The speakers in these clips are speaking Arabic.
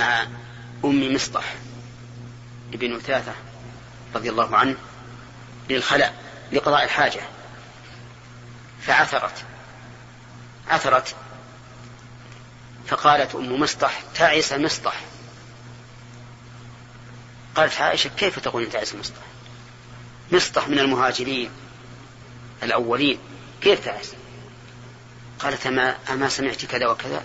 مع أم مصطح ابن وثاثة رضي الله عنه للخلاء لقضاء الحاجة، فعثرت فقالت أم مصطح: تعس مصطح. قالت عائشة: كيف تقول تعس مصطح؟ مصطح من المهاجرين الأولين، كيف تعس؟ قالت: أما سمعت كذا وكذا؟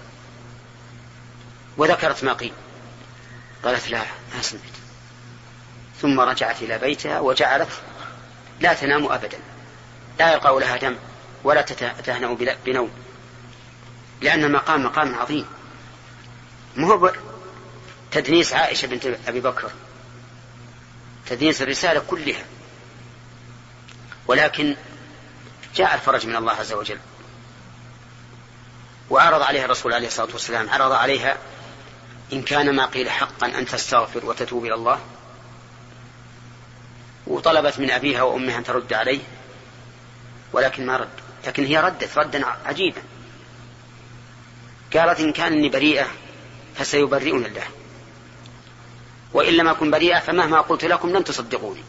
وذكرت ما قيل. قالت: لا، ما سمعت. ثم رجعت إلى بيتها وجعلت لا تنام أبدا، لا يقع لها دم ولا تهنأ بنوم، لأن المقام مقام عظيم، مو تدنيس عائشة بنت أبي بكر، تدنيس الرسالة كلها، ولكن جاء الفرج من الله عز وجل، وعرض عليها الرسول عليه الصلاة والسلام، عرض عليها إن كان ما قيل حقا أن تستغفر وتتوب إلى الله، وطلبت من أبيها وأمها أن ترد عليه، ولكن ما رد. لكن هي ردت ردا عجيبا، قالت: إن كانني بريئة فسيبرئني الله، وإن لم أكن بريئة فمهما قلت لكم لن تصدقوني.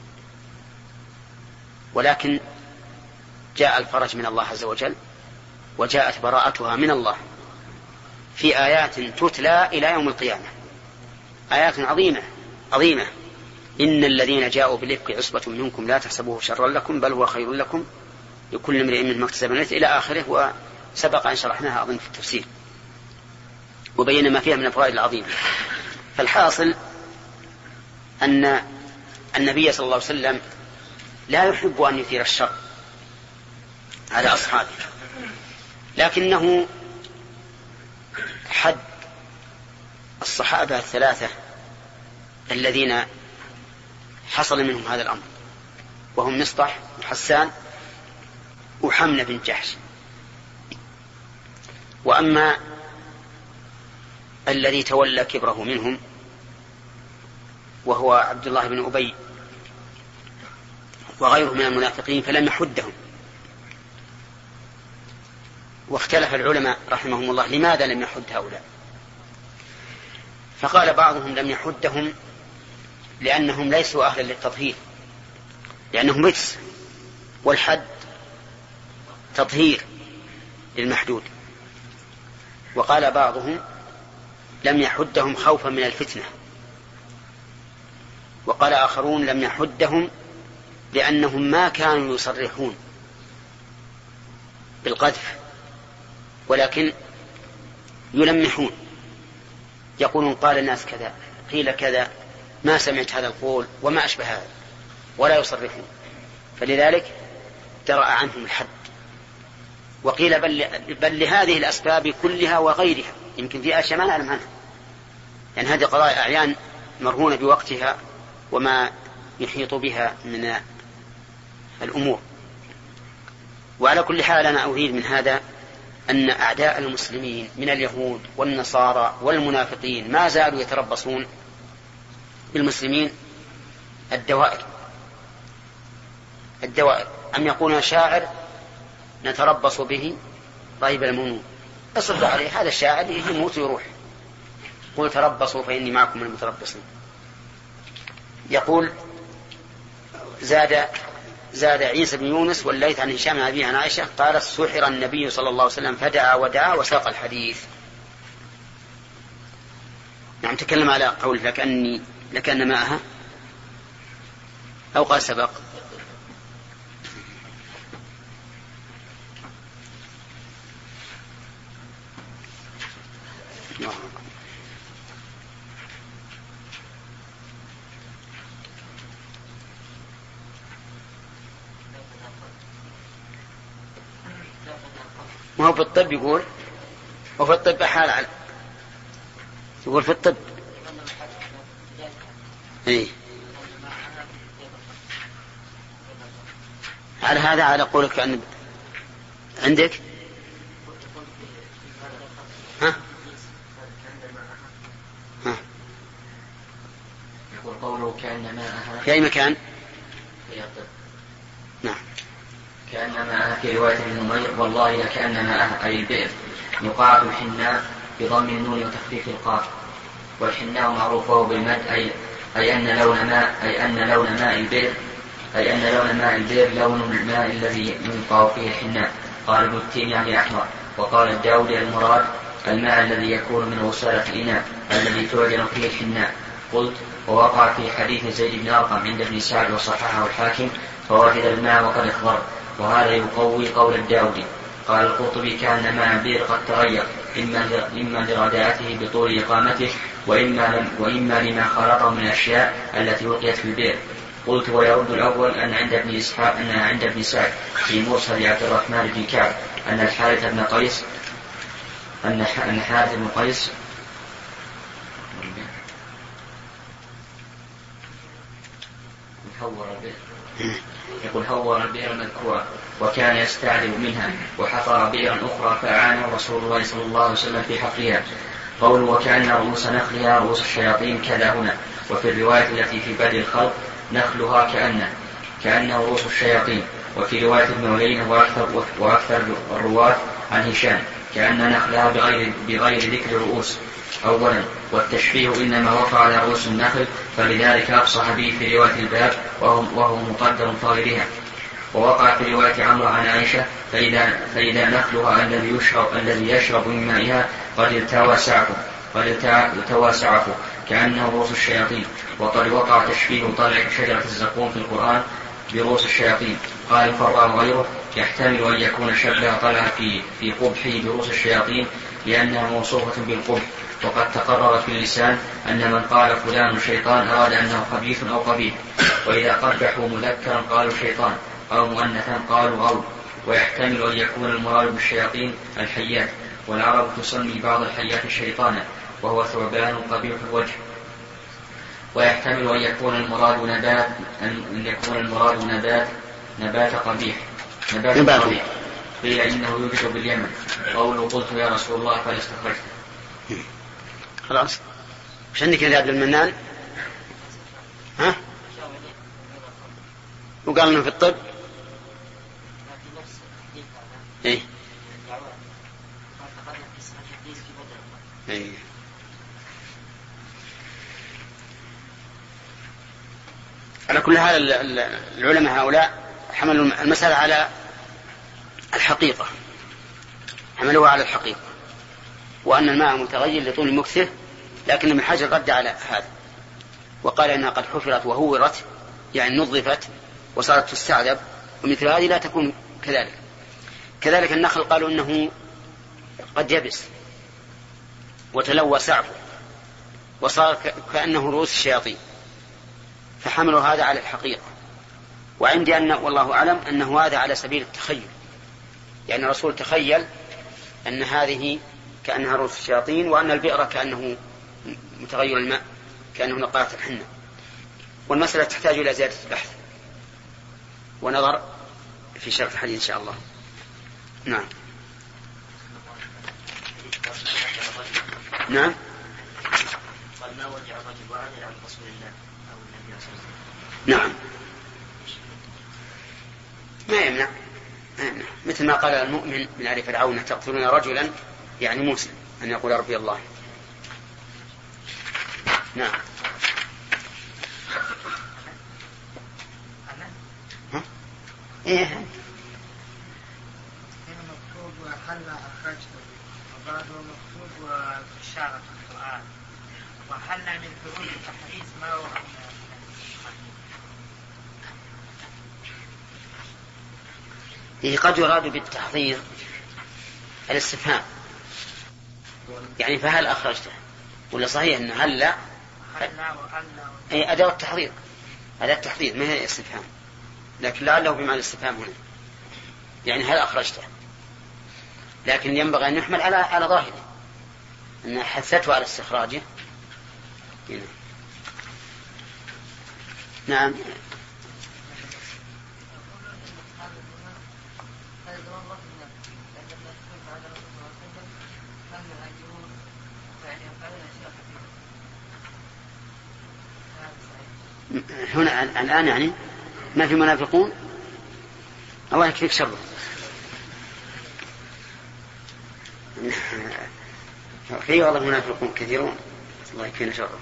ولكن جاء الفرج من الله عز وجل، وجاءت براءتها من الله في آيات تتلى إلى يوم القيامة، آيات عظيمة. إن الذين جاءوا بالإفك عصبة منكم لا تحسبوه شرا لكم بل هو خير لكم لكل امرئ منهم ما اكتسب من الإثم إلى آخره، وسبق أن شرحناها أظن في التفسير وبينا ما فيها من الفوائد العظيمة. فالحاصل أن النبي صلى الله عليه وسلم لا يحب أن يثير الشر على أصحابه، لكنه حد الصحابة الثلاثة الذين حصل منهم هذا الأمر، وهم مصطح وحسان وحمنة بن جحش. وأما الذي تولى كبره منهم وهو عبد الله بن أبي وغيره من المنافقين فلم يحدهم. واختلف العلماء رحمهم الله لماذا لم يحد هؤلاء، فقال بعضهم لم يحدهم لأنهم ليسوا أهلا للتطهير، لأنهم رجس، والحد تطهير للمحدود. وقال بعضهم لم يحدهم خوفا من الفتنة. وقال آخرون لم يحدهم لأنهم ما كانوا يصرحون بالقذف، ولكن يلمحون، يقولون قال الناس كذا، قيل كذا، ما سمعت هذا القول وما أشبه هذا، ولا يصرحون، فلذلك درأ عنهم الحد. وقيل بل لهذه الأسباب كلها وغيرها، يمكن في أشياء ما نعلم عنها، يعني هذه قضايا أعيان مرهونة بوقتها وما يحيط بها من الأمور. وعلى كل حال أنا أريد من هذا أن أعداء المسلمين من اليهود والنصارى والمنافقين ما زالوا يتربصون بالمسلمين الدوائر، أم يقولون شاعر نتربص به طيب المنون، اصرف عليه هذا الشاعر يموت ويروح، قل تربصوا فإني معكم من المتربصين. يقول زاد عيسى بن يونس والليث عن هشام عن أبيه عن عائشة قال سحر النبي صلى الله عليه وسلم فدعا ودعا وساق الحديث. نعم، تكلم على قول لكأن ماءها، أو قال سبق. ما هو في الطب يقول، وفي الطب حال على يقول في الطب إيه؟ على هذا على قولك أن عندك يقول قوله كأن ماءها في أي مكان؟ في الطب. نعم. كأن ماءها في رواية ابن نمير والله لكأن ماءها أي البئر يقال الحناء بضم النون وتخفيف القاف والحناء معروفه بالمد أي أن لون ماء البئر لون الماء الذي ينقع فيه الحناء. قال ابن التين يعني أحمر. وقال الداودي المراد الماء الذي يكون من غسالة الإناء الذي تعجن فيه الحناء. قلت ووقع في حديث زيد بن أرقم عند ابن سعد وصححه الحاكم فوجد الماء وقد اخضر، وهذا يقوي قول الداودي. قال القرطبي كان ماء البئر قد تغير إما لرداءته بطول إقامته وإما لما خلطه من الأشياء التي وقيت في البئر. قلت ويرد الأول أن عند ابن سعد في مرسل عبد الرحمن بن كعب أن الحارث بن قيس هور البئر المذكورة وكان يستعذب منها وحفر بئرا أخرى فأعانه رسول الله صلى الله عليه وسلم في حفرها. قول وكأن رؤوس نخلها رؤوس الشياطين كذا هنا. وفي الرواية التي في بدء الخلق نخلها كأنه رؤوس الشياطين. وفي رواية ابن عيينة وأكثر الرواة عن هشام كأن نخلها بغير ذكر رؤوس أولا. والتشبيه إنما وقع على رؤوس النخل فلذلك أفصح به في رواية الباب وهو مقدر طائرها. ووقع في رواية عمرو عن عائشة فإذا نخلها الذي يشرب من مائها قد التوى سعفه كأنه رؤوس الشياطين. وقد وقع تشبيه طلع شجرة الزقوم في القرآن برؤوس الشياطين. قال الفراء وغيره يحتمل أن يكون شبه طلع في قبحه برؤوس الشياطين لأنها موصوفة بالقبح. وقد تقرر في اللسان أن من قال فلان شيطان أراد أنه خبيث أو قبيح. وإذا قبحوا مذكرا قالوا شيطان أو مؤنثا قالوا غول. ويحتمل أن يكون المراد بالشياطين الحيات، والعرب تسمي بعض الحيات شيطانا وهو ثعبان قبيح الوجه. ويحتمل أن يكون المراد نبات قبيح. قيل إنه يوجد باليمن. قوله قلت يا رسول الله فلاستخرجته. خلاص وش عندك يا عبد المنان؟ ها؟ وقال انه في الطب ايه ايه على كل حال العلماء هؤلاء حملوا المسألة على الحقيقة، حملوها على الحقيقة، وأن الماء متغير لطول مكثه. لكن ابن حجر رد على هذا وقال إنها قد حفرت وهورت يعني نظفت وصارت تستعذب، ومثل هذه لا تكون كذلك. كذلك النخل قالوا إنه قد يبس وتلوى سعفه وصار كأنه رؤوس الشياطين، فحملوا هذا على الحقيقة. وعندي أن والله أعلم أنه هذا على سبيل التخيل، يعني الرسول تخيل أن هذه كأنها رؤوس الشياطين وأن البئر كأنه متغير الماء كأنه نقاة الحنة. والمسألة تحتاج إلى زيادة البحث ونظر في شرح الحديث إن شاء الله. نعم نعم. ما وجع الرجل وعدل عن رسول الله أو النبي صلى الله عليه وسلم. نعم ما يمنع مثل ما قال المؤمن من آل فرعون تقتلون رجلا يعني موسى أن يقول ربي الله. نعم إيه مكتوب وحل أخرجته وبعده مكتوب وإشارة القرآن وحل من فروض التحريز ما هو قد يراد بالتحضير الاستفهام يعني فهل أخرجته ولا صحيح أن هل لا أي أداة التحضير أداة التحضير ما هي استفهام، لكن لعله بمعنى الاستفهام هنا يعني هل أخرجته، لكن ينبغي أن يحمل على ظاهره أن حثته على استخراجه هنا. نعم هنا الآن يعني ما في منافقون الله يكفيك شره. في والله منافقون كثيرون. الله يكفينا شره.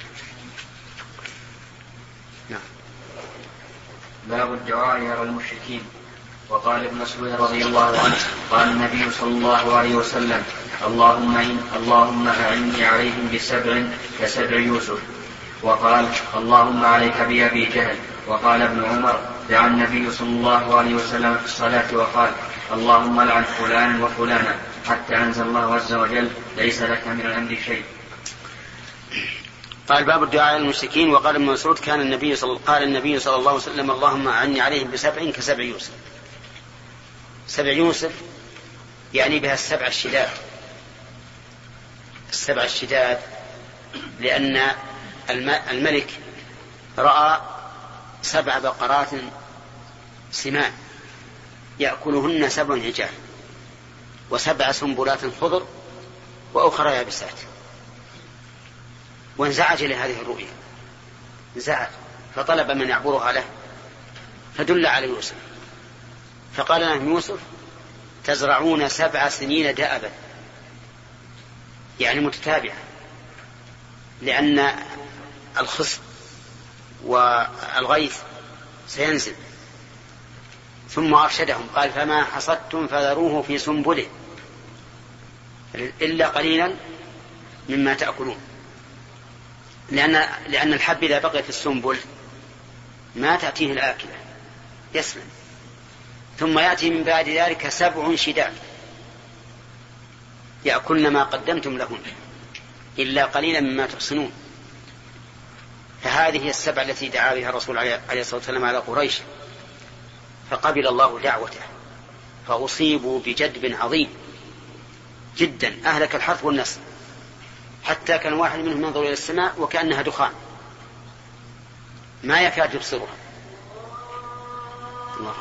نعم. باب الدعاء على المشركين. وقال ابن مسعود رضي الله عنه قال النبي صلى الله عليه وسلم اللهم أعني عليهم بسبع كسبع يوسف. وقال اللهم عليك بأبي جهل. وقال ابن عمر دعا النبي صلى الله عليه وسلم في الصلاة وقال اللهم لعن فلانا وفلانا حتى أنزل الله عز وجل ليس لك من الأمر شيء. قال باب الدعاء على المشركين. وقال ابن مسعود قال النبي صلى الله عليه وسلم اللهم أعني عليهم بسبع كسبع يوسف. سبع يوسف يعني بها السبع الشداد. السبع الشداد لأن الملك رأى 7 بقرات سمان يأكلهن 7 عجاف و7 سنبلات خضر وأخرى يابسات، وانزعج لهذه الرؤيا، انزعج فطلب من يعبرها له فدل على يوسف فقال له يوسف تزرعون 7 سنين دأبا، يعني متتابعة، لأن الخصب والغيث سينزل. ثم أرشدهم قال فما حصدتم فذروه في سنبله إلا قليلا مما تأكلون، لأن الحب إذا بقي في السنبل ما تأتيه الآكلة يسلم. ثم يأتي من بعد ذلك 7 شداد يأكلن ما قدمتم لهن إلا قليلا مما تحصنون. فهذه 7 التي دعا بها الرسول عليه الصلاة والسلام على قريش، فقبل الله دعوته فأصيبوا بجدب عظيم جدا أهلك الحرث والنسل، حتى كان واحد منهم ينظر إلى السماء وكأنها دخان ما يكاد يبصرها. الله.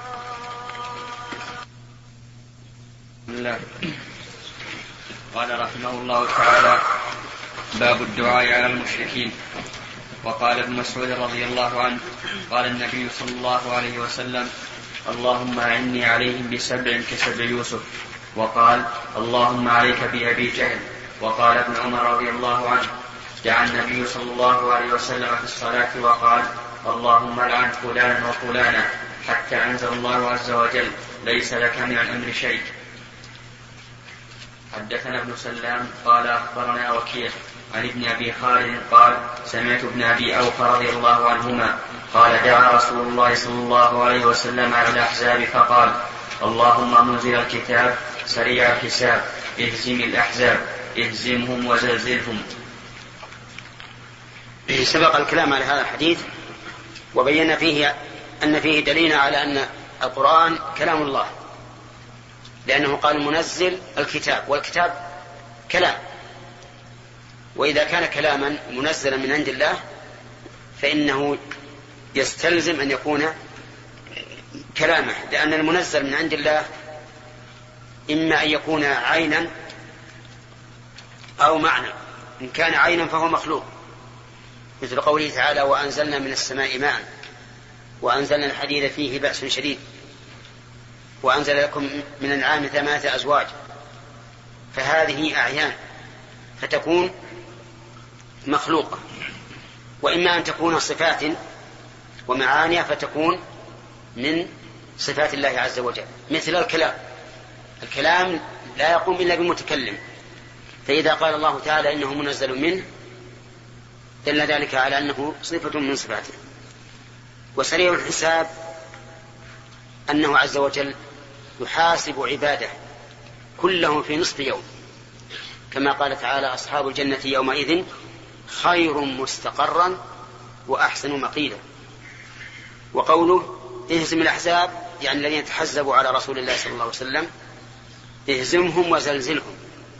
الله. قال رحمه الله تعالى باب الدعاء على المشركين. وقال ابن مسعود رضي الله عنه قال النبي صلى الله عليه وسلم اللهم أعني عليهم بسبع كسبع يوسف. وقال اللهم عليك بأبي جهل. وقال ابن عمر رضي الله عنه دعا النبي صلى الله عليه وسلم في الصلاة وقال اللهم لعن فلانا وفلانا حتى أنزل الله عز وجل ليس لك من الأمر شيء. حدثنا ابن سلام قال أخبرنا وكيع عن ابن أبي خالد قال سمعت ابن أبي أوفى رضي الله عنهما قال دعا رسول الله صلى الله عليه وسلم على الأحزاب فقال اللهم منزل الكتاب سريع الحساب اهزم الأحزاب اهزمهم وزلزلهم. سبق الكلام على هذا الحديث وبينا فيه أن فيه دليل على أن القرآن كلام الله، لأنه قال منزل الكتاب، والكتاب كلام، وإذا كان كلاما منزلا من عند الله فإنه يستلزم أن يكون كلامه، لأن المنزل من عند الله إما أن يكون عينا أو معنى. إن كان عينا فهو مخلوق، مثل قوله تعالى وأنزلنا من السماء ماء وأنزلنا الحديد فيه بأس شديد وأنزل لكم من الأنعام 8 أزواج، فهذه أعيان فتكون مخلوقة. وإما أن تكون صفات ومعاني فتكون من صفات الله عز وجل، مثل الكلام لا يقوم إلا بمتكلم، فإذا قال الله تعالى إنه منزل منه دل ذلك على أنه صفة من صفاته. وسريع الحساب أنه عز وجل يحاسب عباده كلهم في نصف يوم، كما قال تعالى أصحاب الجنة يومئذ خير مستقرا وأحسن مقيلا. وقوله اهزم الأحزاب يعني الذين تحزبوا على رسول الله صلى الله عليه وسلم اهزمهم وزلزلهم،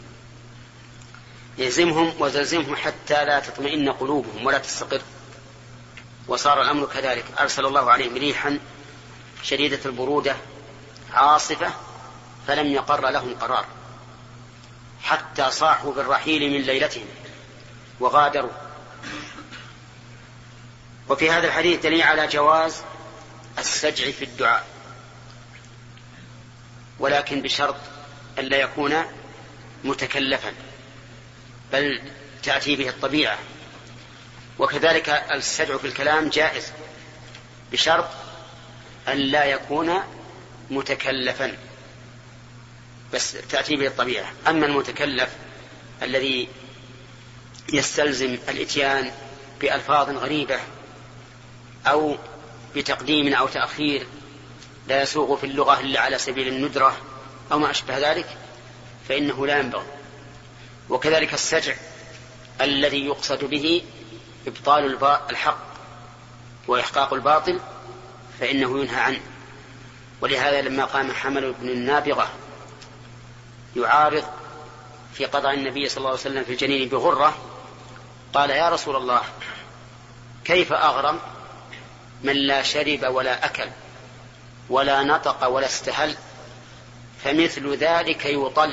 اهزمهم وزلزلهم حتى لا تطمئن قلوبهم ولا تستقر. وصار الأمر كذلك، أرسل الله عليهم ريحا شديدة البرودة عاصفة فلم يقر لهم قرار حتى صاحوا بالرحيل من ليلتهم وغادروا. وفي هذا الحديث دليل على جواز السجع في الدعاء، ولكن بشرط ألا يكون متكلفا، بل تأتي به الطبيعة. وكذلك السجع في الكلام جائز بشرط أن لا يكون متكلفا، بس تأتي به الطبيعة. أما المتكلف الذي يستلزم الإتيان بألفاظ غريبة أو بتقديم أو تأخير لا يسوغ في اللغة إلا على سبيل الندرة أو ما أشبه ذلك فإنه لا ينبغي. وكذلك السجع الذي يقصد به إبطال الحق وإحقاق الباطل فإنه ينهى عنه. ولهذا لما قام حمل بن النابغة يعارض في قضاء النبي صلى الله عليه وسلم في الجنين بغرة قال يا رسول الله كيف أغرم من لا شرب ولا أكل ولا نطق ولا استهل فمثل ذلك يطل.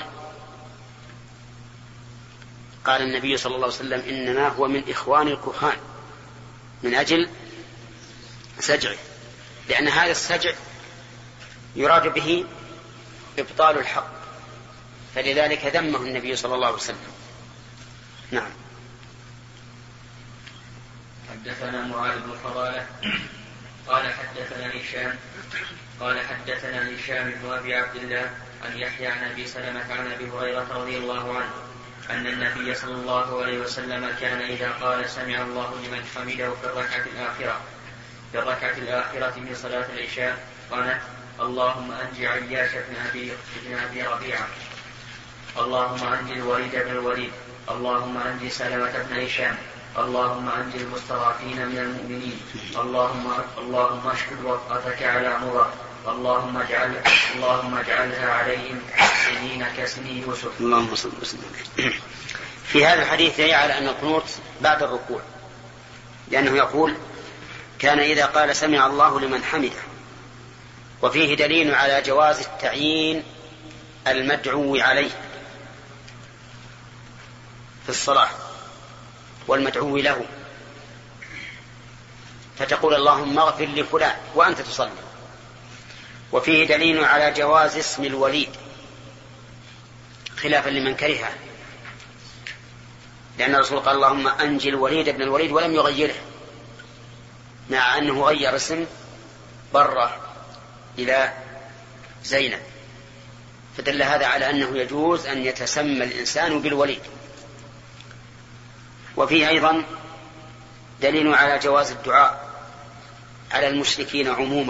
قال النبي صلى الله عليه وسلم إنما هو من إخوان الكهان من أجل سجعه، لأن هذا السجع يراد به إبطال الحق، فلذلك ذمه النبي صلى الله عليه وسلم. نعم. حدثنا معاذ بن فضالة قال حدثنا هشام بن أبي عبد الله عن يحيى عن أبي سلمة عن أبي هريرة رضي الله عنه أن النبي صلى الله عليه وسلم كان إذا قال سمع الله لمن حمده في الركعة الآخرة من صلاة العشاء قال اللهم أنج عياش بن أبي ربيعة، اللهم أنج الوليد بن الوليد، اللهم أنج سلمة بن هشام، اللهم أنج المستضعفين من المؤمنين، اللهم اشهد وطأتك على مضر، اللهم اجعلها عليهم سنين كسني يوسف. اللهم صل وسلم. في هذا الحديث دليل على أن القنوت بعد الركوع، لأنه يقول كان إذا قال سمع الله لمن حمده، وفيه دليل على جواز التعيين المدعو عليه في الصلاة والمدعو له، فتقول اللهم اغفر لفلان وأنت تصلي. وفيه دليل على جواز اسم الوليد خلافا لمن كرهه، لأن الرسول قال اللهم أنجي الوليد بن الوليد ولم يغيره، مع أنه غير اسم برة إلى زينب، فدل هذا على أنه يجوز أن يتسمى الإنسان بالوليد. وفيه أيضا دليل على جواز الدعاء على المشركين عموما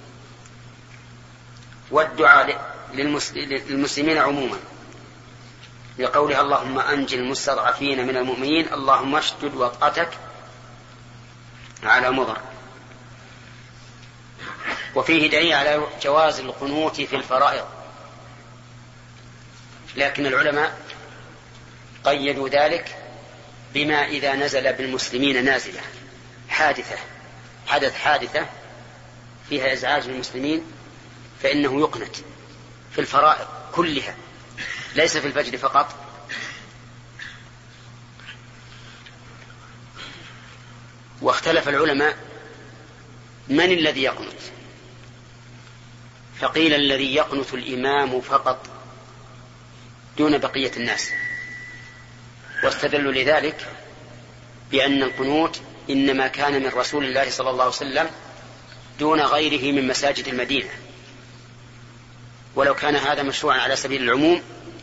والدعاء للمسلمين عموما، لقولها اللهم أنجِ المستضعفين من المؤمنين، اللهم اشدد وطأتك على مضر. وفيه دليل على جواز القنوت في الفرائض، لكن العلماء قيدوا ذلك بما إذا نزل بالمسلمين نازلة حادثة فيها إزعاج للمسلمين فإنه يقنت في الفرائض كلها ليس في الفجر فقط. واختلف العلماء من الذي يقنت، فقيل الذي يقنت الإمام فقط دون بقية الناس، واستدلوا لذلك بأن القنوت إنما كان من رسول الله صلى الله عليه وسلم دون غيره من مساجد المدينة، ولو كان هذا مشروعا على سبيل العموم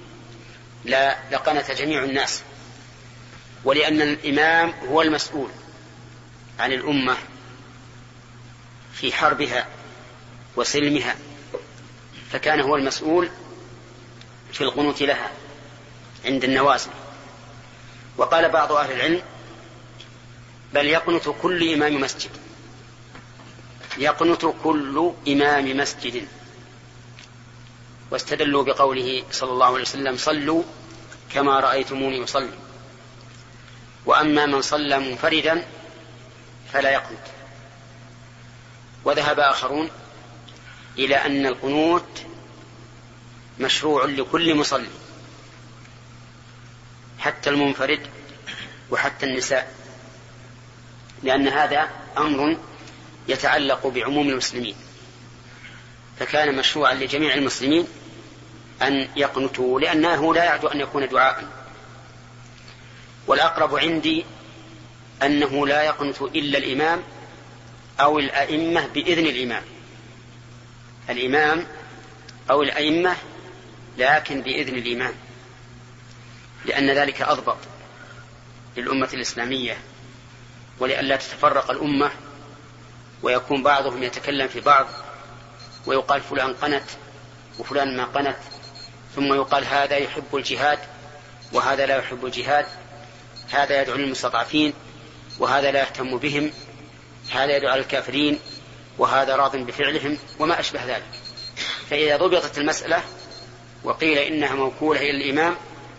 لقنت جميع الناس، ولأن الإمام هو المسؤول عن الأمة في حربها وسلمها، فكان هو المسؤول في القنوت لها عند النوازل. وقال بعض أهل العلم بل يقنت كل إمام مسجد، يقنت كل إمام مسجد، واستدلوا بقوله صلى الله عليه وسلم صلوا كما رأيتموني أصلي. وأما من صلى منفردا فلا يقنت. وذهب آخرون إلى أن القنوت مشروع لكل مصلي حتى المنفرد وحتى النساء، لأن هذا أمر يتعلق بعموم المسلمين، فكان مشروعا لجميع المسلمين أن يقنتوا، لأنه لا يعد أن يكون دعاء. والأقرب عندي أنه لا يقنت إلا الإمام أو الأئمة بإذن الإمام، الإمام أو الأئمة لكن بإذن الإمام، لأن ذلك أضبط للأمة الإسلامية، ولئلا تتفرق الأمة ويكون بعضهم يتكلم في بعض ويقال فلان قنت وفلان ما قنت، ثم يقال هذا يحب الجهاد وهذا لا يحب الجهاد، هذا يدعو للمستضعفين وهذا لا يهتم بهم، هذا يدعو على الكافرين وهذا راض بفعلهم وما أشبه ذلك. فإذا ضبطت المسألة وقيل إنها موكولة إلى الإمام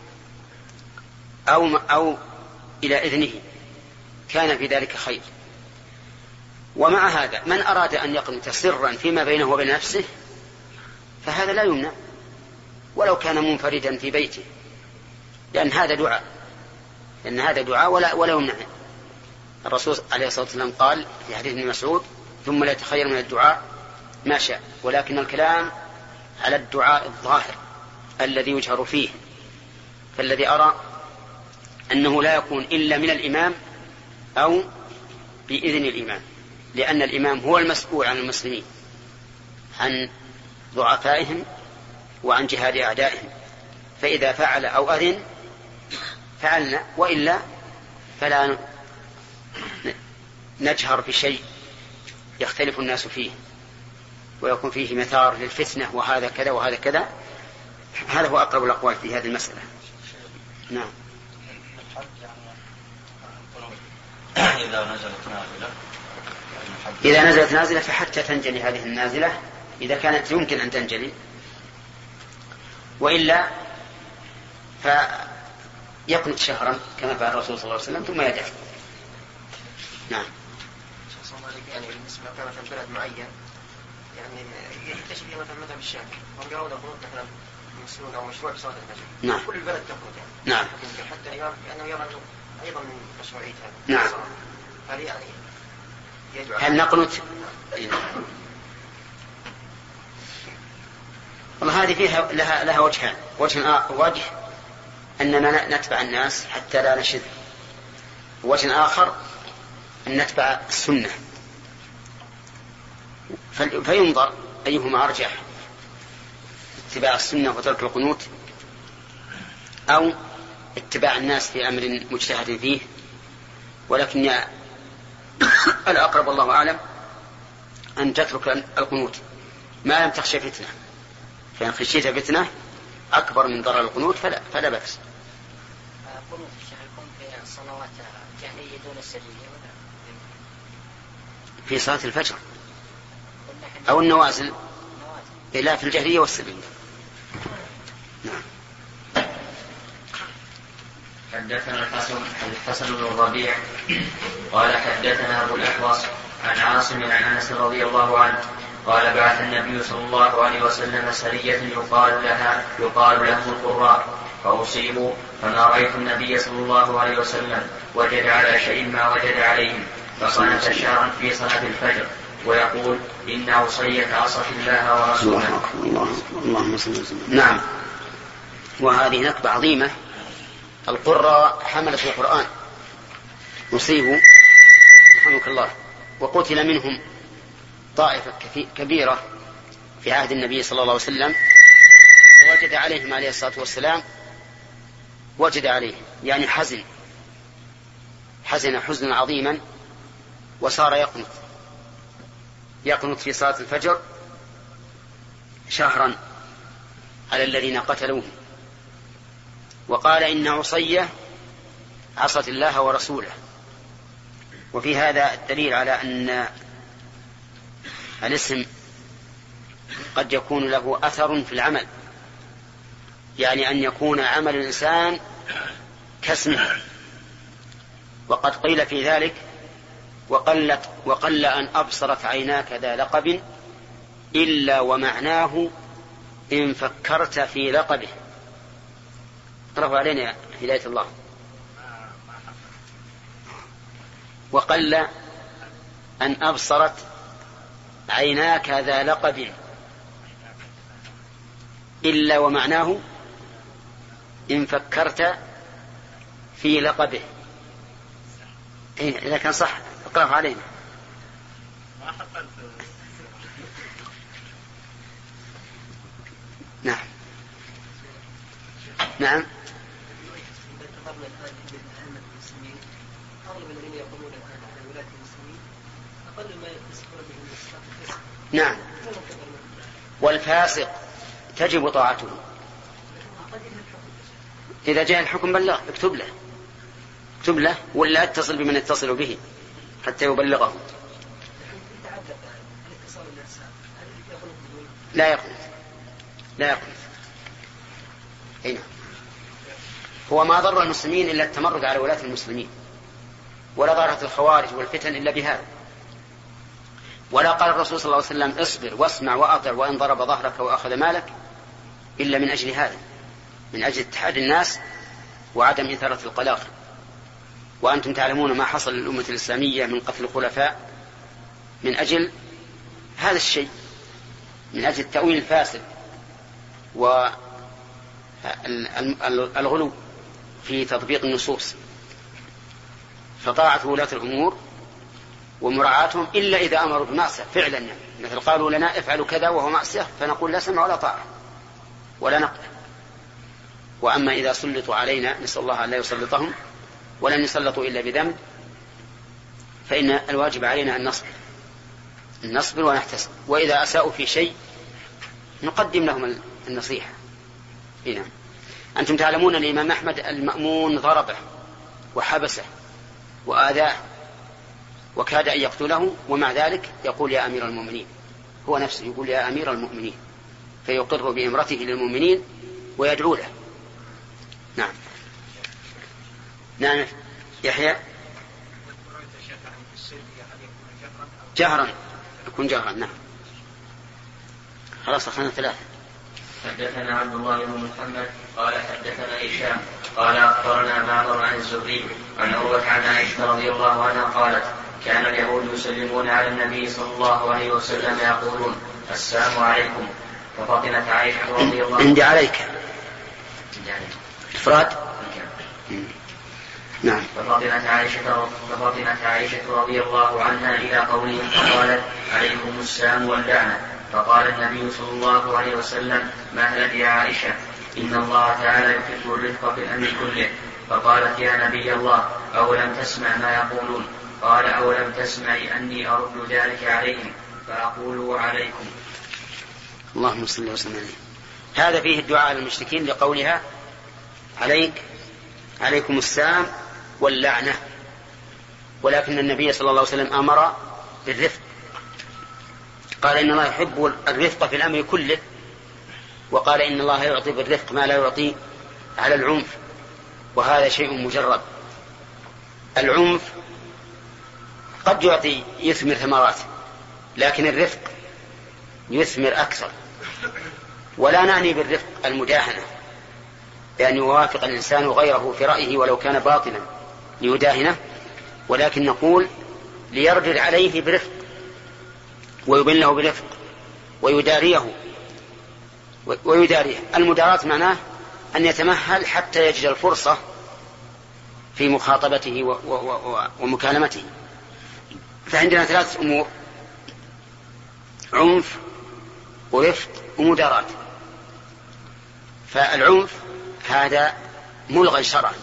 أو إلى إذنه كان في ذلك خير. ومع هذا من أراد أن يقنت سرا فيما بينه وبين نفسه فهذا لا يمنع ولو كان منفردا في بيته، لأن هذا دعاء ولا يمنع. الرسول عليه الصلاة والسلام قال في حديث ابن مسعود ثم لا يتخير من الدعاء ما شاء، ولكن الكلام على الدعاء الظاهر الذي يجهر فيه. فالذي أرى أنه لا يكون إلا من الإمام أو بإذن الإمام، لأن الإمام هو المسؤول عن المسلمين، عن ضعفائهم وعن جهاد أعدائهم، فإذا فعل أو أذن فعلنا، وإلا فلا نجهر بشيء يختلف الناس فيه ويكون فيه مثار للفتنة وهذا كذا وهذا كذا. هذا هو أقرب الأقوال في هذه المسألة. نعم. إذا نزلت نازلة فحتى تنجلي هذه النازلة إذا كانت يمكن أن تنجلي، وإلا فيقنط شهرا كما فعل الرسول صلى الله عليه وسلم ثم يدعو. نعم. يعني بالنسبة مثلا بلد معين يعني يكتشف فيه مثلا مذهب الشافعي هم يرون القنوت مثلا مسنون أو مشروع بصلاة الفجر. نعم. كل البلد تقنط يعني. نعم. حتى الإمام لأنه يرى أيضا من مشروعية هذا. نعم. هل يعني يدعو هل نقنط؟ والله هذه فيها لها وجهان. وجه أننا نتبع الناس حتى لا نشذ، وجه آخر أن نتبع السنة، فينظر أيهما أرجح، اتباع السنة وترك القنوت أو اتباع الناس في أمر مجتهد فيه. ولكن الأقرب والله أعلم أن تترك القنوت ما لم تخشى فتنة، فإن خشيت فتنة أكبر من ضرر القنوت فلا بأس. قنوت الشيخ يكون في الصلوات الجهرية دون السرية في صلاة الفجر أو النوازل، لا في الجهرية والسرية. نعم. حدثنا الحسن بن الربيع قال حدثنا أبو الأحوص عن عاصم عن أنس رضي الله عنه قال بعث النبي صلى الله عليه وسلم سرية يقال لهم القراء فأصيبوا، فما رأيت النبي صلى الله عليه وسلم وجد على شيء ما وجد عليهم، فصنت شهرا في صلاة الفجر ويقول إن عصية عصت الله ورسوله. اللهم صل وسلم. نعم. وهذه نكبة عظيمة. القراء حملة القرآن أصيبوا رحمك الله، وقتل منهم طائفة كبيرة في عهد النبي صلى الله عليه وسلم، ووجد عليهم عليه الصلاة والسلام وجد عليهم يعني حزن حزنا عظيما، وصار يقنط في صلاة الفجر شهرا على الذين قتلوه، وقال إن عصية عصت الله ورسوله. وفي هذا الدليل على أن الاسم قد يكون له أثر في العمل، يعني أن يكون عمل الإنسان كاسمه. وقد قيل في ذلك وقل أن أبصرت عيناك ذا لقب إلا ومعناه إن فكرت في لقبه. اقرأوا علينا يا هداية الله. وقل أن أبصرت عيناك ذا لقب إلا ومعناه إن فكرت في لقبه. إذا كان صح اقرأه علينا. نعم نعم. نعم. والفاسق تجب طاعته. إذا جاء الحكم بلغ، اكتب له ولا اتصل بمن يتصل به حتى يبلغه. لا يقنط. هنا هو ما ضر المسلمين إلا التمرد على ولاة المسلمين، ولا ضرت الخوارج والفتن إلا بهذا. ولا قال الرسول صلى الله عليه وسلم اصبر واسمع وأطع وإن ضرب ظهرك وأخذ مالك إلا من أجل هذا، من أجل اتحاد الناس وعدم إثارة القلاقل. وأنتم تعلمون ما حصل للأمة الإسلامية من قتل الخلفاء من أجل هذا الشيء، من أجل التأويل الفاسد والغلو في تطبيق النصوص. فطاعة ولاة الأمور ومراعاتهم إلا إذا أمروا بمعصية فعلا، يعني مثل قالوا لنا افعلوا كذا وهو معصية فنقول لا سمع ولا طاعة ولا نقبل. وأما إذا سلطوا علينا نسأل الله أن لا يسلطهم ولن يسلطوا إلا بذنب، فإن الواجب علينا أن نصبر ونحتسب. وإذا أساءوا في شيء نقدم لهم النصيحة. هنا أنتم تعلمون أن الإمام أحمد المأمون ضربه وحبسه وآذاه وكاد أن يقتله، ومع ذلك يقول يا أمير المؤمنين، هو نفسه يقول يا أمير المؤمنين، فيقر بإمرته للمؤمنين ويدعو له. نعم يحيى. جهرا يكون جهرا. نعم خلاص أخذنا 3. حدثنا عبد الله بن محمد قال حدثنا هشام قال أخبرنا معمر عن الزهري عن عروة عن عائشة رضي الله عنها قالت كان اليهود يسلمون على النبي صلى الله عليه وسلم يقولون السلام عليكم، ففطنت عائشة رضي الله عنها عندي عليك إفراد. نعم. ففطنت عائشة رضي الله عنها إلى قولهم فقالت عليكم السلام واللعنة، فقال النبي صلى الله عليه وسلم ما لك يا عائشة إن الله تعالى يحب الرفق في الأمر كله. فقالت يا نبي الله أولم تسمع ما يقولون؟ قال أولم تسمع أني أرد ذلك عليهم فأقول عليكم. اللهم صل وسلم عليه. هذا فيه الدعاء للمشركين لقولها عليكم السلام واللعنة. ولكن النبي صلى الله عليه وسلم أمر بالرفق، قال إن الله يحب الرفق في الأمر كله، وقال إن الله يعطي بالرفق ما لا يعطي على العنف، وهذا شيء مجرد. العنف قد يثمر ثمرات، لكن الرفق يثمر أكثر. ولا نعني بالرفق المداهنة، لأن يوافق الإنسان غيره في رأيه ولو كان باطلا ليداهنه، ولكن نقول ليرجل عليه برفق ويبين له برفق ويداريه. المداراة معناه أن يتمهل حتى يجد الفرصة في مخاطبته ومكالمته. فعندنا 3 أمور: عنف ورفق ومداراة. فالعنف هذا ملغى شرعا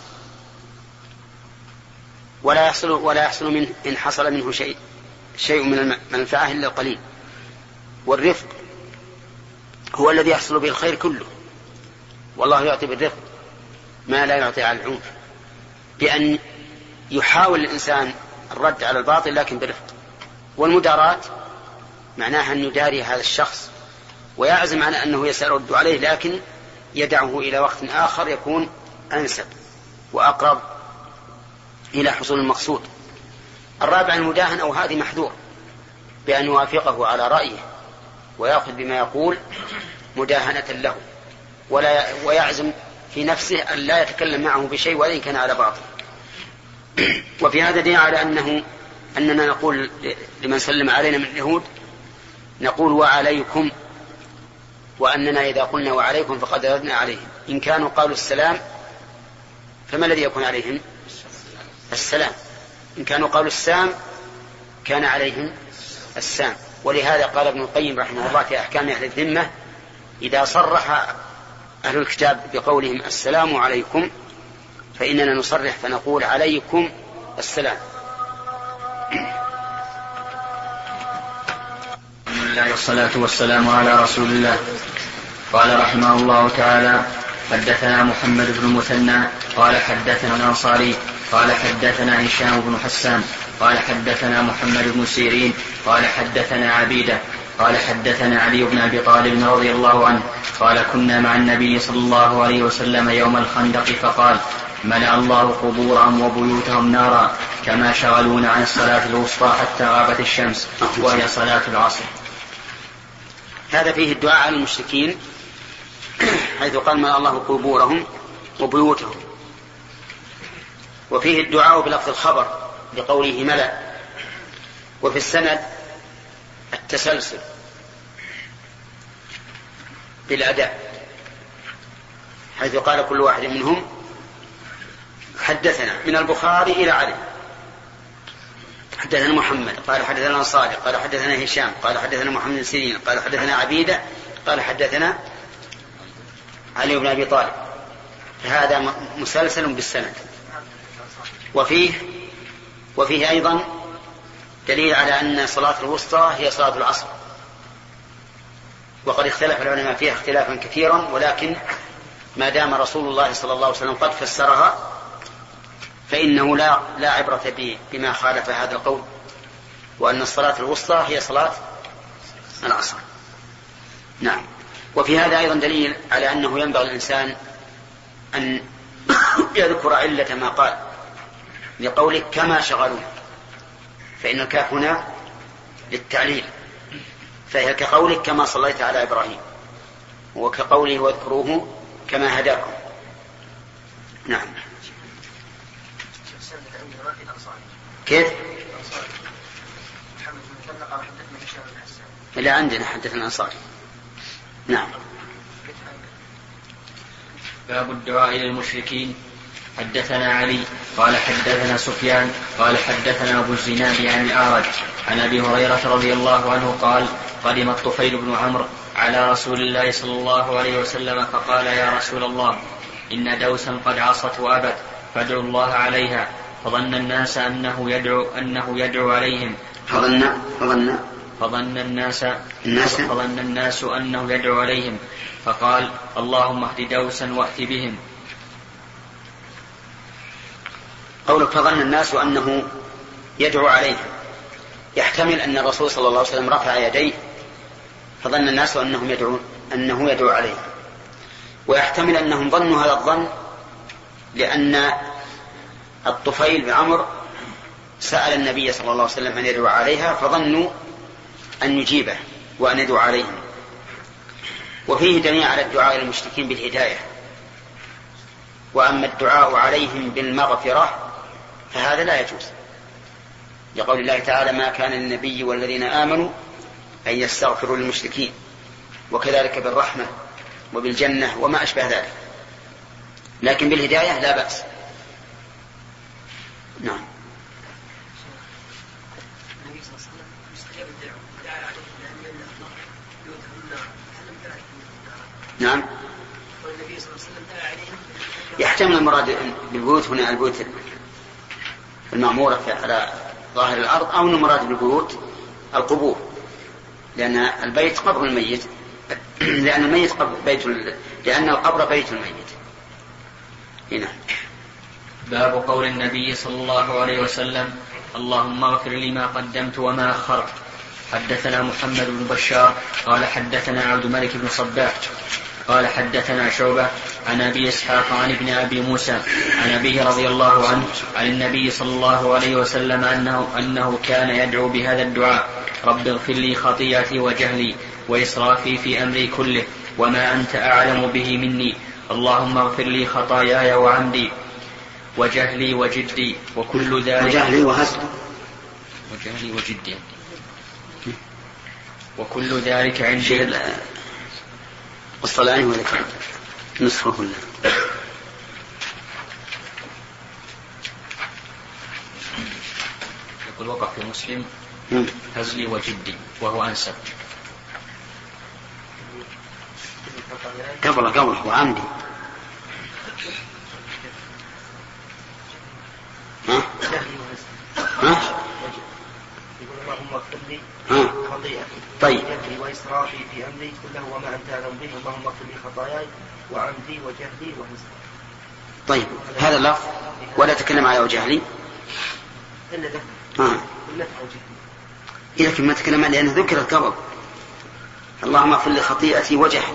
ولا يحصل منه إن حصل منه شيء من المنفعة إلا القليل. والرفق هو الذي يحصل به الخير كله، والله يعطي بالرفق ما لا يعطي على العنف، بأن يحاول الإنسان الرد على الباطل لكن برفق. والمداراة معناها أن يداري هذا الشخص ويعزم على أنه يسيرد عليه، لكن يدعه إلى وقت آخر يكون أنسب وأقرب إلى حصول المقصود. الرابع المداهنة، وهذه محذور، بأن يوافقه على رأيه ويأخذ بما يقول مداهنة له، ويعزم في نفسه أن لا يتكلم معه بشيء وإن كان على باطل. وفي هذا دليل على أننا نقول لمن سلم علينا من اليهود نقول وعليكم، وأننا إذا قلنا وعليكم فقد ردنا عليهم. إن كانوا قالوا السلام فما الذي يكون عليهم؟ السلام. إن كانوا قالوا السام كان عليهم السام. ولهذا قال ابن القيم رحمه الله في أحكام أهل الذمة: إذا صرح أهل الكتاب بقولهم السلام عليكم فإننا نصرح فنقول عليكم السلام. بسم الله والصلاة والسلام على رسول الله. قال رحمه الله تعالى: حدثنا محمد بن المثنى قال حدثنا الأنصاري قال حدثنا هشام بن حسان قال حدثنا محمد بن سيرين قال حدثنا عبيدة قال حدثنا علي بن أبي طالب رضي الله عنه قال: كنا مع النبي صلى الله عليه وسلم يوم الخندق فقال: ملأ الله قبورهم وبيوتهم نارا كما شغلونا عن الصلاة الوسطى حتى غابت الشمس وهي صلاة العصر. هذا فيه الدعاء على المشركين حيث قال: ملأ الله قبورهم وبيوتهم. وفيه الدعاء بلفظ الخبر بقوله ملأ. وفي السند التسلسل بالأداء حيث قال كل واحد منهم حدثنا، من البخاري إلى علي: حدثنا محمد قال حدثنا الأنصاري قال حدثنا هشام قال حدثنا محمد بن سيرين قال حدثنا عبيدة قال حدثنا علي بن أبي طالب. فهذا مسلسل بالسند. وفيه أيضا دليل على أن صلاة الوسطى هي صلاة العصر. وقد اختلف العلماء فيها اختلافا كثيرا، ولكن ما دام رسول الله صلى الله عليه وسلم قد فسرها فإنه لا عبرة بما خالف هذا القول، وأن الصلاة الوسطى هي صلاة العصر. نعم. وفي هذا أيضا دليل على أنه ينبغي الإنسان أن يذكر علة ما قال لقولك كما شغلون، فإن الكاف هنا للتعليل، فهي كقولك كما صليت على إبراهيم، وكقوله واذكروه كما هداكم. نعم. كيف؟ لا عندنا حدثنا الأنصاري. نعم. باب الدعاء للمشركين. حدثنا علي قال حدثنا سفيان قال حدثنا أبو الزناد عن الأعرج عن أبي هريرة رضي الله عنه قال: قدم الطفيل بن عمرو على رسول الله صلى الله عليه وسلم فقال: يا رسول الله، إن دوسا قد عصت وأبت فادعوا الله عليها. فظن الناس أنه يدعو عليهم. فظن الناس أنه يدعو عليهم، فقال: اللهم اهد دوسا وأت بهم. قولك فظن الناس أنه يدعو عليهم يحتمل أن الرسول صلى الله عليه وسلم رفع يديه فظن الناس أنه يدعو عليهم، ويحتمل أنهم ظنوا هذا الظن لأن الطفيل بن عمرو سأل النبي صلى الله عليه وسلم أن يدعو عليها، فظنوا أن يجيبه وأن يدعو عليهم. وفيه دليل على الدعاء للمشركين بالهداية. وأما الدعاء عليهم بالمغفرة فهذا لا يجوز، لقول الله تعالى: ما كان للنبي والذين آمنوا أن يستغفروا للمشركين، وكذلك بالرحمة وبالجنة وما أشبه ذلك. لكن بالهداية لا بأس. نعم. نعم. يحتمل المراد بالبيوت هنا البيوت المعمورة على ظاهر الأرض، أو المراد بالبيوت القبور، لأن البيت قبر الميت، لأن القبر بيت الميت. هنا باب قول النبي صلى الله عليه وسلم: اللهم اغفر لي ما قدمت وما أخرت. حدثنا محمد بن بشار قال حدثنا عبد الملك بن صباح قال حدثنا شعبة عن أبي إسحاق عن ابن أبي موسى عن أبيه رضي الله عنه عن النبي صلى الله عليه وسلم أنه كان يدعو بهذا الدعاء: رب اغفر لي خطيئتي وجهلي وإسرافي في أمري كله وما أنت أعلم به مني، اللهم اغفر لي خطاياي وعمدي وجهلي وجدي وكل ذلك وجهلي وجدي وكل ذلك عندي. والصلاة وذكر نصفه الله. والوقع في مسلم هزلي وجدي وهو أنسب. قبل وعمدي. ها؟ يقول اللهم اغفر لي خطيئتي طيب وإسرافي في أمري كله وما أنت أعلم به اللهم اغفر لي خطاياي وعمدي وجهلي وهزلي. طيب هذا اللفظ ولا تكلم على وجهلي إلا ده إذا كما تكلم عليه لأنه ذكرت قبل. اللهم اغفر لي خطيئتي وجهلي.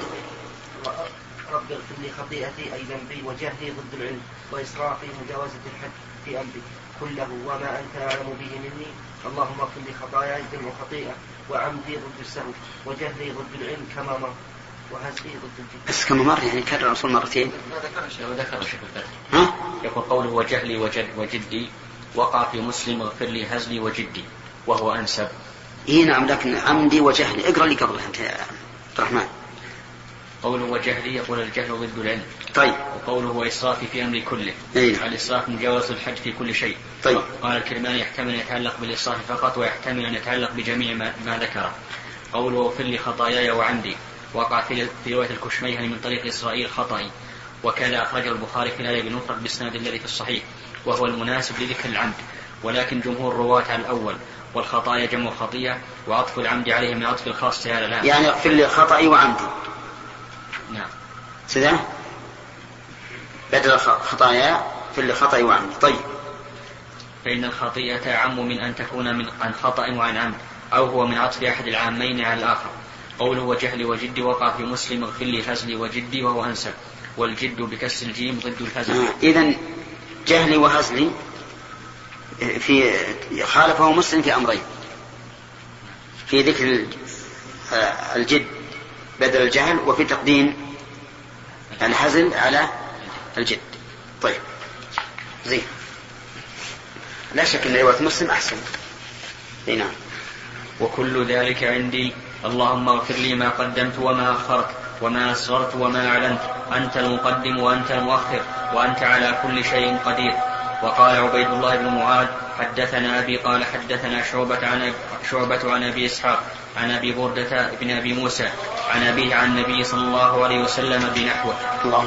رب اغفر لي خطيئتي أي ذنبي وجهلي ضد العلم وإسرافي مجاوزة الحد في أمري كله وما أنت أعلم به مني اللهم اغفر لي خطاياي جمع خطيئة وعمدي ضد السهو وجهلي ضد العلم كما مر وهزلي ضد الجد. بس كما مر يعني كرر الرسول مرتين. ذكر شيخ الفتح يقول قوله وجهلي وجدي وقع في مسلم اغفر لي هزلي وجدي وهو أنسب. نعم لكن عمدي وجهلي اقرأ لي قبلها أنت يا عبد الرحمن. قوله وجهلي يقول الجهل ضد العلم. طيب. وقوله وإسرافي في أمر كله. الإسراف مجاوز الحد في كل شيء. طيب. قال الكرماني يحتمل أن يتعلق بالإسراف فقط ويحتمل أن يتعلق بجميع ما ذكره. قوله واغفر لي خطاياي وعمدي وقع في رواية الكشميهني من طريق إسرائيل خطئي وكذا أخرجه البخاري في الآية بالمفرد بالإسناد الذي في الصحيح وهو المناسب لذكر العمد ولكن جمهور الرواة على الأول والخطايا جمع خطية وعطف العمد عليه من عطف الخاص على العام. يعني اغفر لي خطئي وعمدي. نعم. سيدا بدل خطايا اغفر لي خطئي وعمدي. طيب. فإن الخطيئة أعم من أن تكون عن خطأ وعن عمد أو هو من عطف أحد العامين على الآخر. قوله وجهلي وجدي وقع في مسلم اغفر لي هزلي وجدي وهو أنسب والجد بكسر الجيم ضد الهزل. إذن جهلي وهزلي في خالفه مسلم في أمرين في ذكر الجد بدل الجهل وفي تقديم الهزل على الجد. طيب زين لا شك أن رواية مسلم أحسن. نعم. وكل ذلك عندي اللهم اغفر لي ما قدمت وما أخرت وما أسررت وما أعلنت أنت المقدم وأنت المؤخر وأنت على كل شيء قدير. وقال عبيد الله بن معاذ حدثنا أبي قال حدثنا شعبة عن أبي إسحاق عن أبي بردة بن أبي موسى عن أبيه عن النبي صلى الله عليه وسلم بنحوه.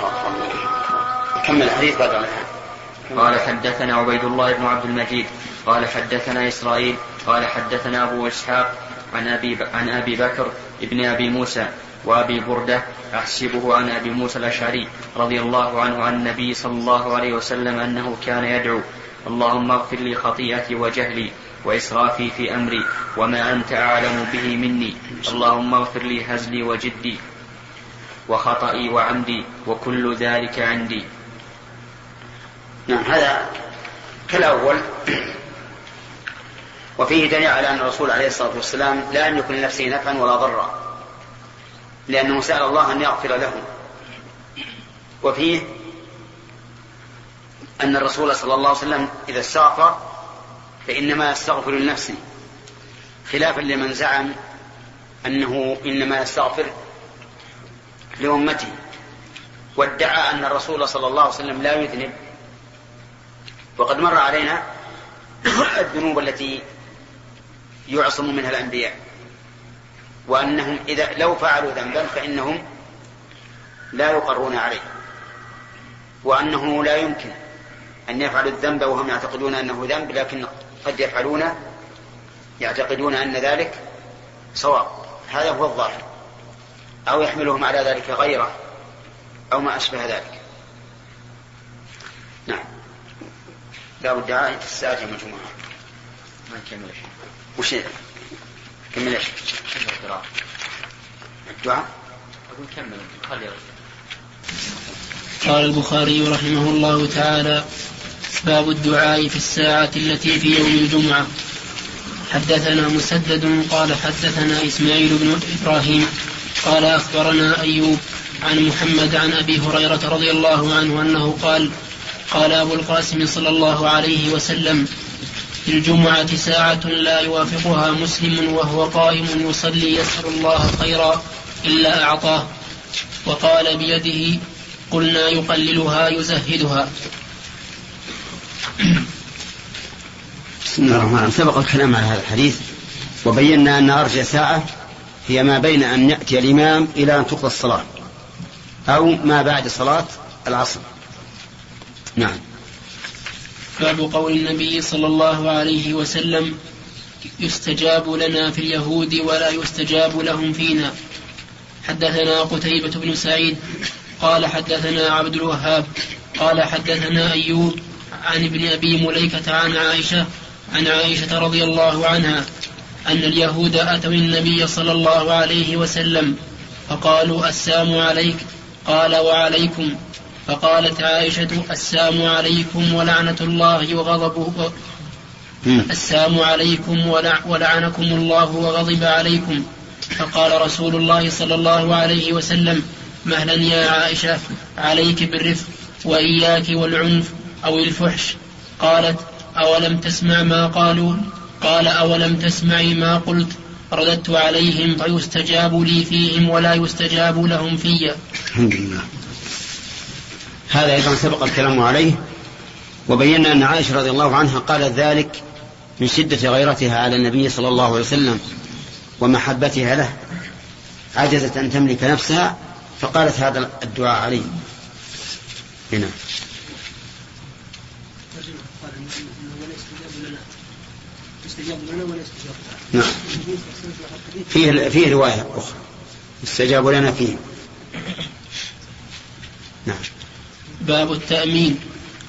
كمل الحديث بعد عنها. قال حدثنا عبيد الله بن عبد المجيد قال حدثنا إسرائيل قال حدثنا أبو إسحاق عن أبي بكر ابن أبي موسى وأبي بردة أحسبه عن أبي موسى الأشعري رضي الله عنه عن النبي صلى الله عليه وسلم أنه كان يدعو اللهم اغفر لي خطيئتي وجهلي وإسرافي في أمري وما أنت أعلم به مني اللهم اغفر لي هزلي وجدي وخطئي وعمدي وكل ذلك عندي. نعم هذا كالأول. وفيه دليل على أن الرسول عليه الصلاة والسلام لا يملك لنفسه نفعا ولا ضرا لأنه سأل الله أن يغفر له. وفيه أن الرسول صلى الله عليه وسلم إذا استغفر فإنما يستغفر لنفسه خلافا لمن زعم أنه إنما يستغفر لأمته وادعى أن الرسول صلى الله عليه وسلم لا يذنب. وقد مر علينا الذنوب التي يعصم منها الأنبياء وأنهم إذا لو فعلوا ذنبا فإنهم لا يقرون عليه وأنه لا يمكن أن يفعلوا الذنب وهم يعتقدون أنه ذنب لكن قد يعتقدون أن ذلك صواب. هذا هو الظاهر أو يحملهم على ذلك غيره أو ما أشبه ذلك. نعم. باب الدعاء في الساعة يوم الجمعة. ما نكمل شيء. وش كمل ايش؟ الدعاء. أقول كمل خلي. قال البخاري رحمه الله تعالى باب الدعاء في الساعة التي في يوم الجمعة. حدثنا مسدد قال حدثنا إسماعيل بن إبراهيم قال أخبرنا أيوب عن محمد عن أبي هريرة رضي الله عنه أنه قال أبو القاسم صلى الله عليه وسلم في الجمعة ساعة لا يوافقها مسلم وهو قائم يصلي يسأل الله خيرا إلا أعطاه. وقال بيده قلنا يقللها يزهدها. بسم الله الرحمن الرحيم. سبق الكلام على هذا الحديث وبينا أن أرجى ساعة هي ما بين أن يأتي الإمام إلى أن تقضى الصلاة أو ما بعد صلاة العصر. نعم. باب قول النبي صلى الله عليه وسلم يستجاب لنا في اليهود ولا يستجاب لهم فينا. حدثنا قتيبة بن سعيد قال حدثنا عبد الوهاب قال حدثنا أيوب عن ابن أبي مليكة عن عائشة رضي الله عنها أن اليهود أتوا النبي صلى الله عليه وسلم فقالوا السلام عليك قال وعليكم. فقالت عائشة السلام عليكم ولعنة الله وغضبه السلام عليكم ولعنكم الله وغضب عليكم. فقال رسول الله صلى الله عليه وسلم مهلا يا عائشة عليك بالرفق وإياك والعنف أو الفحش. قالت أولم تسمع ما قالوا قال أولم تسمعي ما قلت رددت عليهم فيستجاب لي فيهم ولا يستجاب لهم في. الحمد لله. هذا أيضا سبق الكلام عليه وبينا أن عائشة رضي الله عنها قالت ذلك من شدة غيرتها على النبي صلى الله عليه وسلم ومحبتها له، عجزت أن تملك نفسها فقالت هذا الدعاء عليه. هنا نعم. فيه رواية أخرى استجاب لنا فيه. نعم. باب التأمين.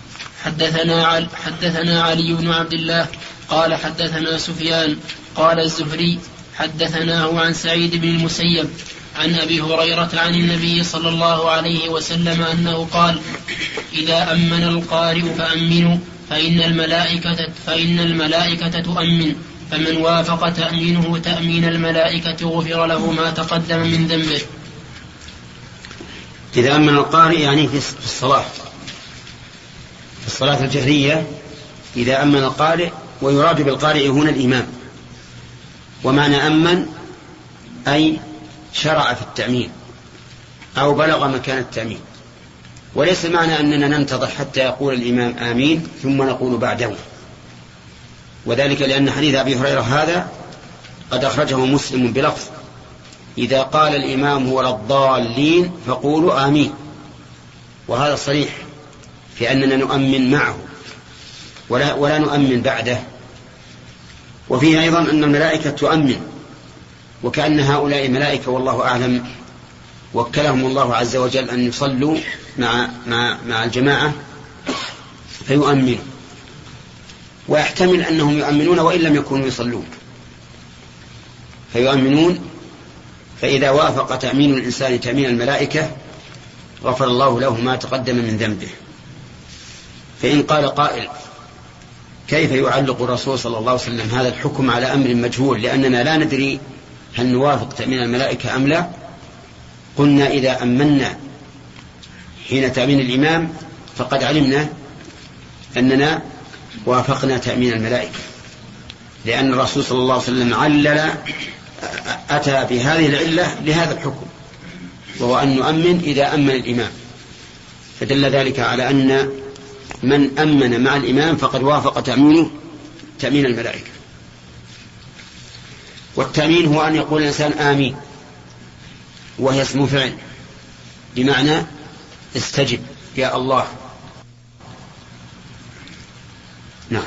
حدثنا علي بن عبد الله قال حدثنا سفيان قال الزهري حدثناه عن سعيد بن المسيب عن أبي هريرة عن النبي صلى الله عليه وسلم أنه قال إذا أمن القارئ فأمنوا فإن الملائكة تؤمن فمن وافق تأمينه تأمين الملائكة غفر له ما تقدم من ذنبه. إذا أمن القارئ يعني في الصلاة الجهرية إذا أمن القارئ، ويراد بالقارئ هنا الإمام. ومعنى أمن أي شرع في التأمين أو بلغ مكان التأمين، وليس معنى أننا ننتظر حتى يقول الإمام آمين ثم نقول بعده، وذلك لأن حديث أبي هريرة هذا قد أخرجه مسلم بلفظ إذا قال الإمام ولا الضالين فقولوا آمين، وهذا صريح في أننا نؤمن معه ولا نؤمن بعده. وفيه أيضا أن الملائكة تؤمن، وكأن هؤلاء ملائكة والله أعلم وكلهم الله عز وجل أن يصلوا مع الجماعة فيؤمنوا، ويحتمل أنهم يؤمنون وإن لم يكونوا يصلون فيؤمنون. فإذا وافق تأمين الإنسان تأمين الملائكة غفر الله له ما تقدم من ذنبه. فإن قال قائل كيف يعلق الرسول صلى الله عليه وسلم هذا الحكم على أمر مجهول لأننا لا ندري هل نوافق تأمين الملائكة أم لا؟ قلنا إذا أمنا حين تأمين الإمام فقد علمنا أننا وافقنا تأمين الملائكة، لأن الرسول صلى الله عليه وسلم أتى بهذه العلة لهذا الحكم، وهو أن نؤمن إذا أمن الإمام، فدل ذلك على أن من أمن مع الإمام فقد وافق تأمينه تأمين الملائكة. والتأمين هو أن يقول الإنسان آمين، وهي اسم فعل بمعنى استجب يا الله. نعم.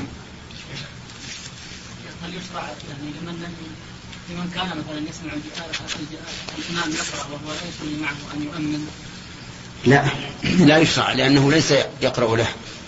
هل يشرع يعني لمن كان مثلا يسمع الإمام يقرأ وهو ليس معه أن يؤمن؟ لا يشرع لأنه ليس يقرأ له،